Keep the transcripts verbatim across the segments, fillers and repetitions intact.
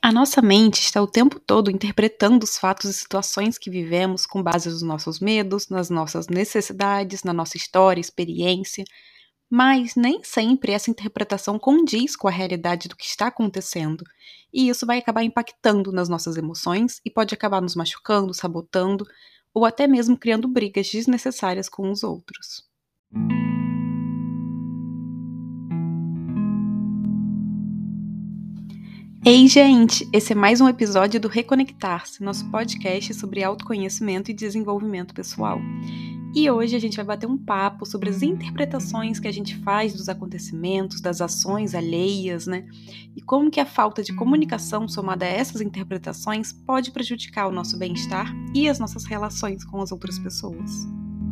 A nossa mente está o tempo todo interpretando os fatos e situações que vivemos com base nos nossos medos, nas nossas necessidades, na nossa história, experiência, mas nem sempre essa interpretação condiz com a realidade do que está acontecendo. E isso vai acabar impactando nas nossas emoções e pode acabar nos machucando, sabotando ou até mesmo criando brigas desnecessárias com os outros. Ei, gente! Esse é mais um episódio do Reconectar-se, nosso podcast sobre autoconhecimento e desenvolvimento pessoal. E hoje a gente vai bater um papo sobre as interpretações que a gente faz dos acontecimentos, das ações alheias, né? E como que a falta de comunicação somada a essas interpretações pode prejudicar o nosso bem-estar e as nossas relações com as outras pessoas.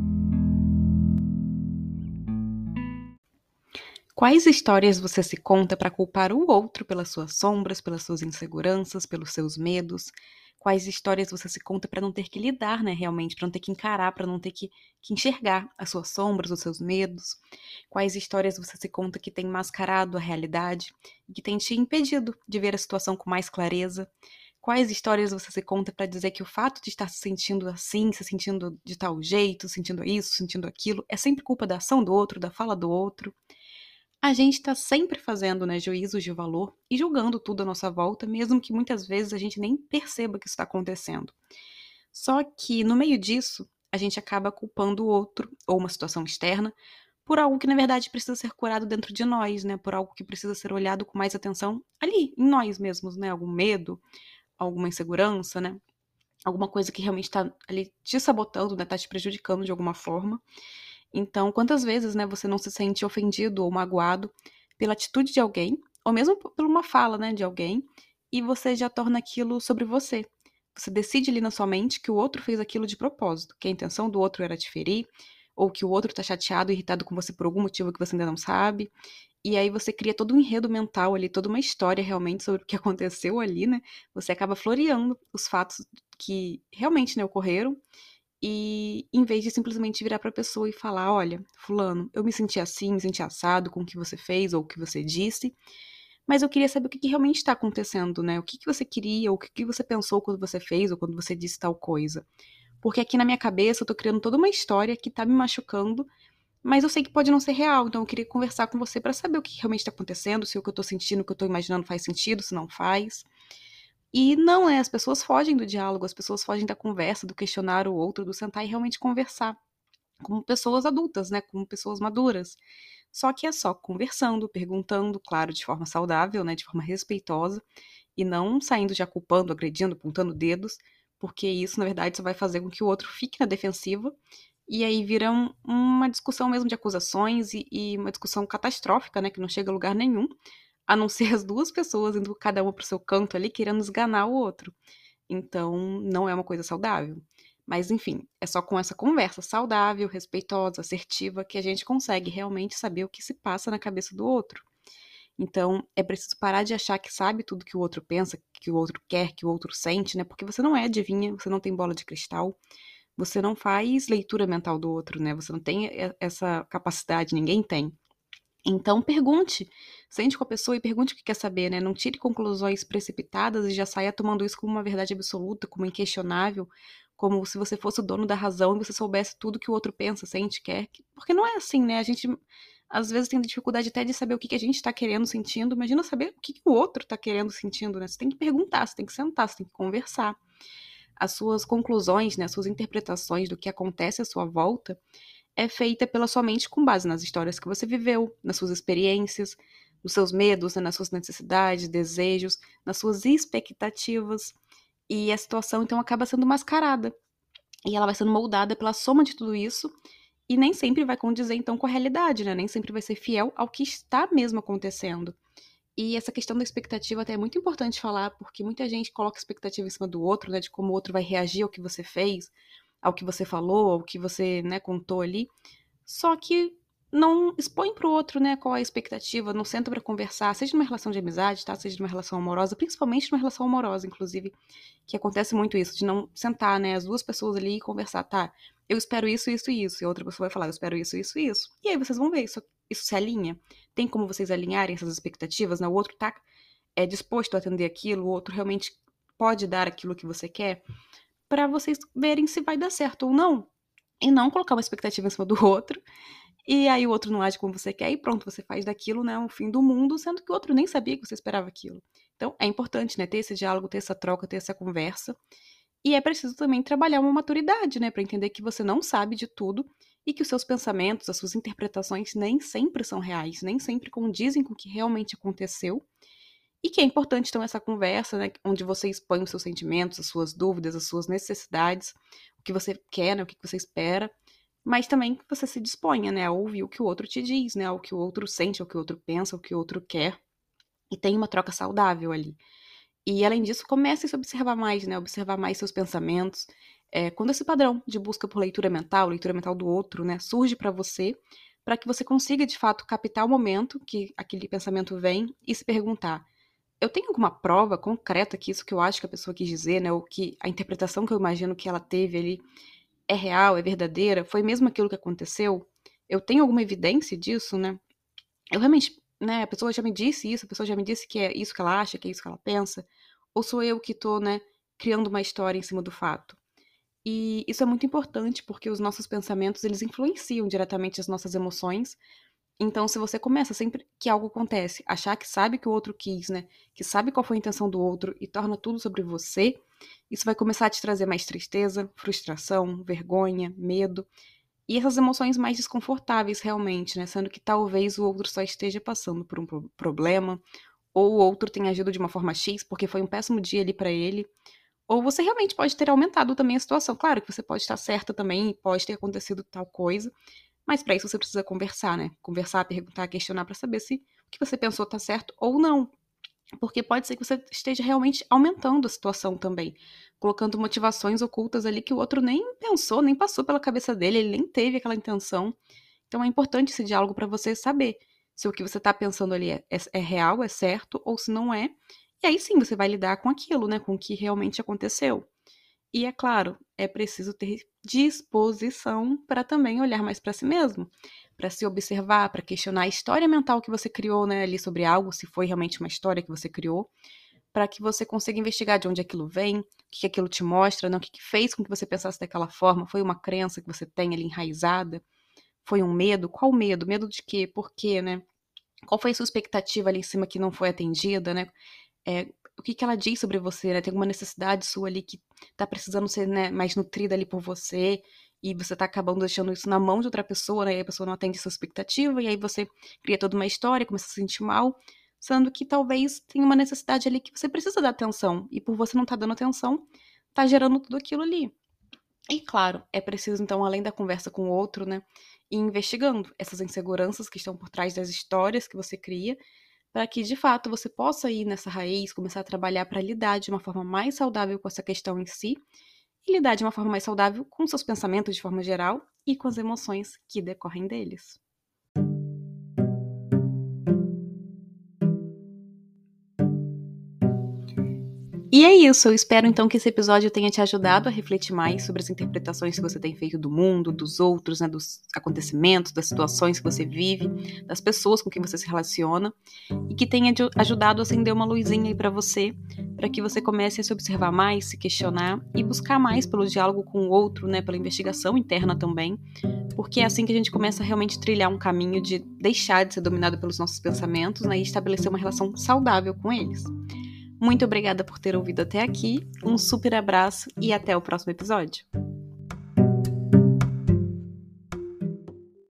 Quais histórias você se conta para culpar o outro pelas suas sombras, pelas suas inseguranças, pelos seus medos? Quais histórias você se conta para não ter que lidar, né, realmente, para não ter que encarar, para não ter que, que enxergar as suas sombras, os seus medos? Quais histórias você se conta que tem mascarado a realidade e que tem te impedido de ver a situação com mais clareza? Quais histórias você se conta para dizer que o fato de estar se sentindo assim, se sentindo de tal jeito, sentindo isso, sentindo aquilo, é sempre culpa da ação do outro, da fala do outro? A gente está sempre fazendo, né, juízos de valor e julgando tudo à nossa volta, mesmo que muitas vezes a gente nem perceba que isso está acontecendo. Só que no meio disso, a gente acaba culpando o outro ou uma situação externa por algo que na verdade precisa ser curado dentro de nós, né? Por algo que precisa ser olhado com mais atenção ali, em nós mesmos, né? Algum medo, alguma insegurança, né? Alguma coisa que realmente está ali te sabotando, né? Tá te prejudicando de alguma forma. Então, quantas vezes, né, você não se sente ofendido ou magoado pela atitude de alguém, ou mesmo p- por uma fala, né, de alguém, e você já torna aquilo sobre você. Você decide ali na sua mente que o outro fez aquilo de propósito, que a intenção do outro era te ferir, ou que o outro tá chateado, irritado com você por algum motivo que você ainda não sabe. E aí você cria todo um enredo mental ali, toda uma história realmente sobre o que aconteceu ali, né? Você acaba floreando os fatos que realmente, né, ocorreram e em vez de simplesmente virar para a pessoa e falar: olha, fulano, eu me senti assim, me senti assado com o que você fez ou o que você disse, mas eu queria saber o que, que realmente está acontecendo, né? O que, que você queria, ou o que, que você pensou quando você fez ou quando você disse tal coisa. Porque aqui na minha cabeça eu tô criando toda uma história que tá me machucando, mas eu sei que pode não ser real, então eu queria conversar com você para saber o que realmente está acontecendo, se o que eu tô sentindo, o que eu tô imaginando faz sentido, se não faz. E não é, as pessoas fogem do diálogo, as pessoas fogem da conversa, do questionar o outro, do sentar e realmente conversar, como pessoas adultas, né, como pessoas maduras. Só que é só conversando, perguntando, claro, de forma saudável, né, de forma respeitosa, e não saindo já culpando, agredindo, apontando dedos, porque isso, na verdade, só vai fazer com que o outro fique na defensiva, e aí vira um- uma discussão mesmo de acusações e, e uma discussão catastrófica, né, que não chega a lugar nenhum, a não ser as duas pessoas indo cada uma pro seu canto ali, querendo esganar o outro. Então, não é uma coisa saudável. Mas, enfim, é só com essa conversa saudável, respeitosa, assertiva, que a gente consegue realmente saber o que se passa na cabeça do outro. Então, é preciso parar de achar que sabe tudo que o outro pensa, que o outro quer, que o outro sente, né? Porque você não é adivinha, você não tem bola de cristal, você não faz leitura mental do outro, né? Você não tem e- essa capacidade, ninguém tem. Então pergunte, sente com a pessoa e pergunte o que quer saber, né? Não tire conclusões precipitadas e já saia tomando isso como uma verdade absoluta, como inquestionável, como se você fosse o dono da razão e você soubesse tudo que o outro pensa, sente, quer. Porque não é assim, né? A gente às vezes tem dificuldade até de saber o que que a gente está querendo, sentindo. Imagina saber o que que o outro está querendo, sentindo, né? Você tem que perguntar, você tem que sentar, você tem que conversar. As suas conclusões, né? As suas interpretações do que acontece à sua volta é feita pela sua mente com base nas histórias que você viveu, nas suas experiências, nos seus medos, né, nas suas necessidades, desejos, nas suas expectativas. E a situação, então, acaba sendo mascarada. E ela vai sendo moldada pela soma de tudo isso. E nem sempre vai condizer, então, com a realidade, né? Nem sempre vai ser fiel ao que está mesmo acontecendo. E essa questão da expectativa até é muito importante falar, porque muita gente coloca expectativa em cima do outro, né? De como o outro vai reagir ao que você fez, ao que você falou, ao que você, né, contou ali. Só que não expõe pro outro, né, qual é a expectativa, não senta pra conversar, seja numa relação de amizade, tá? Seja numa relação amorosa, principalmente numa relação amorosa, inclusive, que acontece muito isso, de não sentar, né, as duas pessoas ali e conversar, tá? Eu espero isso, isso e isso. E a outra pessoa vai falar, eu espero isso, isso e isso. E aí vocês vão ver, isso, isso se alinha. Tem como vocês alinharem essas expectativas, né? O outro tá é disposto a atender aquilo, o outro realmente pode dar aquilo que você quer, para vocês verem se vai dar certo ou não. E não colocar uma expectativa em cima do outro, e aí o outro não age como você quer, e pronto, você faz daquilo, né, um fim do mundo, sendo que o outro nem sabia que você esperava aquilo. Então, é importante, né, ter esse diálogo, ter essa troca, ter essa conversa. E é preciso também trabalhar uma maturidade, né, para entender que você não sabe de tudo e que os seus pensamentos, as suas interpretações nem sempre são reais, nem sempre condizem com o que realmente aconteceu. E que é importante, então, essa conversa, né, onde você expõe os seus sentimentos, as suas dúvidas, as suas necessidades, o que você quer, né, o que você espera, mas também que você se disponha, né, a ouvir o que o outro te diz, né, o que o outro sente, o que o outro pensa, o que o outro quer, e tem uma troca saudável ali. E, além disso, comece a se observar mais, né, observar mais seus pensamentos. É, quando esse padrão de busca por leitura mental, leitura mental do outro, né, surge para você, para que você consiga, de fato, captar o momento que aquele pensamento vem e se perguntar: eu tenho alguma prova concreta que isso que eu acho que a pessoa quis dizer, né, ou que a interpretação que eu imagino que ela teve ali é real, é verdadeira? Foi mesmo aquilo que aconteceu? Eu tenho alguma evidência disso, né? Eu realmente, né, a pessoa já me disse isso, a pessoa já me disse que é isso que ela acha, que é isso que ela pensa? Ou sou eu que tô, né, criando uma história em cima do fato? E isso é muito importante porque os nossos pensamentos, eles influenciam diretamente as nossas emoções. Então, se você começa sempre que algo acontece, achar que sabe o que o outro quis, né? Que sabe qual foi a intenção do outro e torna tudo sobre você, isso vai começar a te trazer mais tristeza, frustração, vergonha, medo e essas emoções mais desconfortáveis realmente, né? Sendo que talvez o outro só esteja passando por um pro- problema, ou o outro tenha agido de uma forma X porque foi um péssimo dia ali pra ele, ou você realmente pode ter aumentado também a situação. Claro que você pode estar certa também e pode ter acontecido tal coisa, mas para isso você precisa conversar, né? Conversar, perguntar, questionar para saber se o que você pensou tá certo ou não. Porque pode ser que você esteja realmente aumentando a situação também, colocando motivações ocultas ali que o outro nem pensou, nem passou pela cabeça dele, ele nem teve aquela intenção. Então é importante esse diálogo para você saber se o que você está pensando ali é, é, é real, é certo, ou se não é. E aí sim você vai lidar com aquilo, né? Com o que realmente aconteceu. E é claro, é preciso ter disposição para também olhar mais para si mesmo, para se observar, para questionar a história mental que você criou, né, ali sobre algo, se foi realmente uma história que você criou, para que você consiga investigar de onde aquilo vem, o que que aquilo te mostra, né, o que que fez com que você pensasse daquela forma, foi uma crença que você tem ali enraizada, foi um medo, qual medo? Medo de quê? Por quê, né? Qual foi a sua expectativa ali em cima que não foi atendida, né? É, o que que ela diz sobre você, né? Tem alguma necessidade sua ali que tá precisando ser, né, mais nutrida ali por você, e você tá acabando deixando isso na mão de outra pessoa, né? E a pessoa não atende sua expectativa, e aí você cria toda uma história, começa a se sentir mal, sendo que talvez tenha uma necessidade ali que você precisa dar atenção, e por você não estar dando atenção, tá gerando tudo aquilo ali. E claro, é preciso então, além da conversa com o outro, né, ir investigando essas inseguranças que estão por trás das histórias que você cria, para que de fato você possa ir nessa raiz, começar a trabalhar para lidar de uma forma mais saudável com essa questão em si, e lidar de uma forma mais saudável com seus pensamentos de forma geral e com as emoções que decorrem deles. E é isso, eu espero então que esse episódio tenha te ajudado a refletir mais sobre as interpretações que você tem feito do mundo, dos outros, né, dos acontecimentos, das situações que você vive, das pessoas com quem você se relaciona, e que tenha ajudado a acender uma luzinha aí para você, para que você comece a se observar mais, se questionar e buscar mais pelo diálogo com o outro, né, pela investigação interna também, porque é assim que a gente começa a realmente trilhar um caminho de deixar de ser dominado pelos nossos pensamentos, né, e estabelecer uma relação saudável com eles. Muito obrigada por ter ouvido até aqui, um super abraço e até o próximo episódio.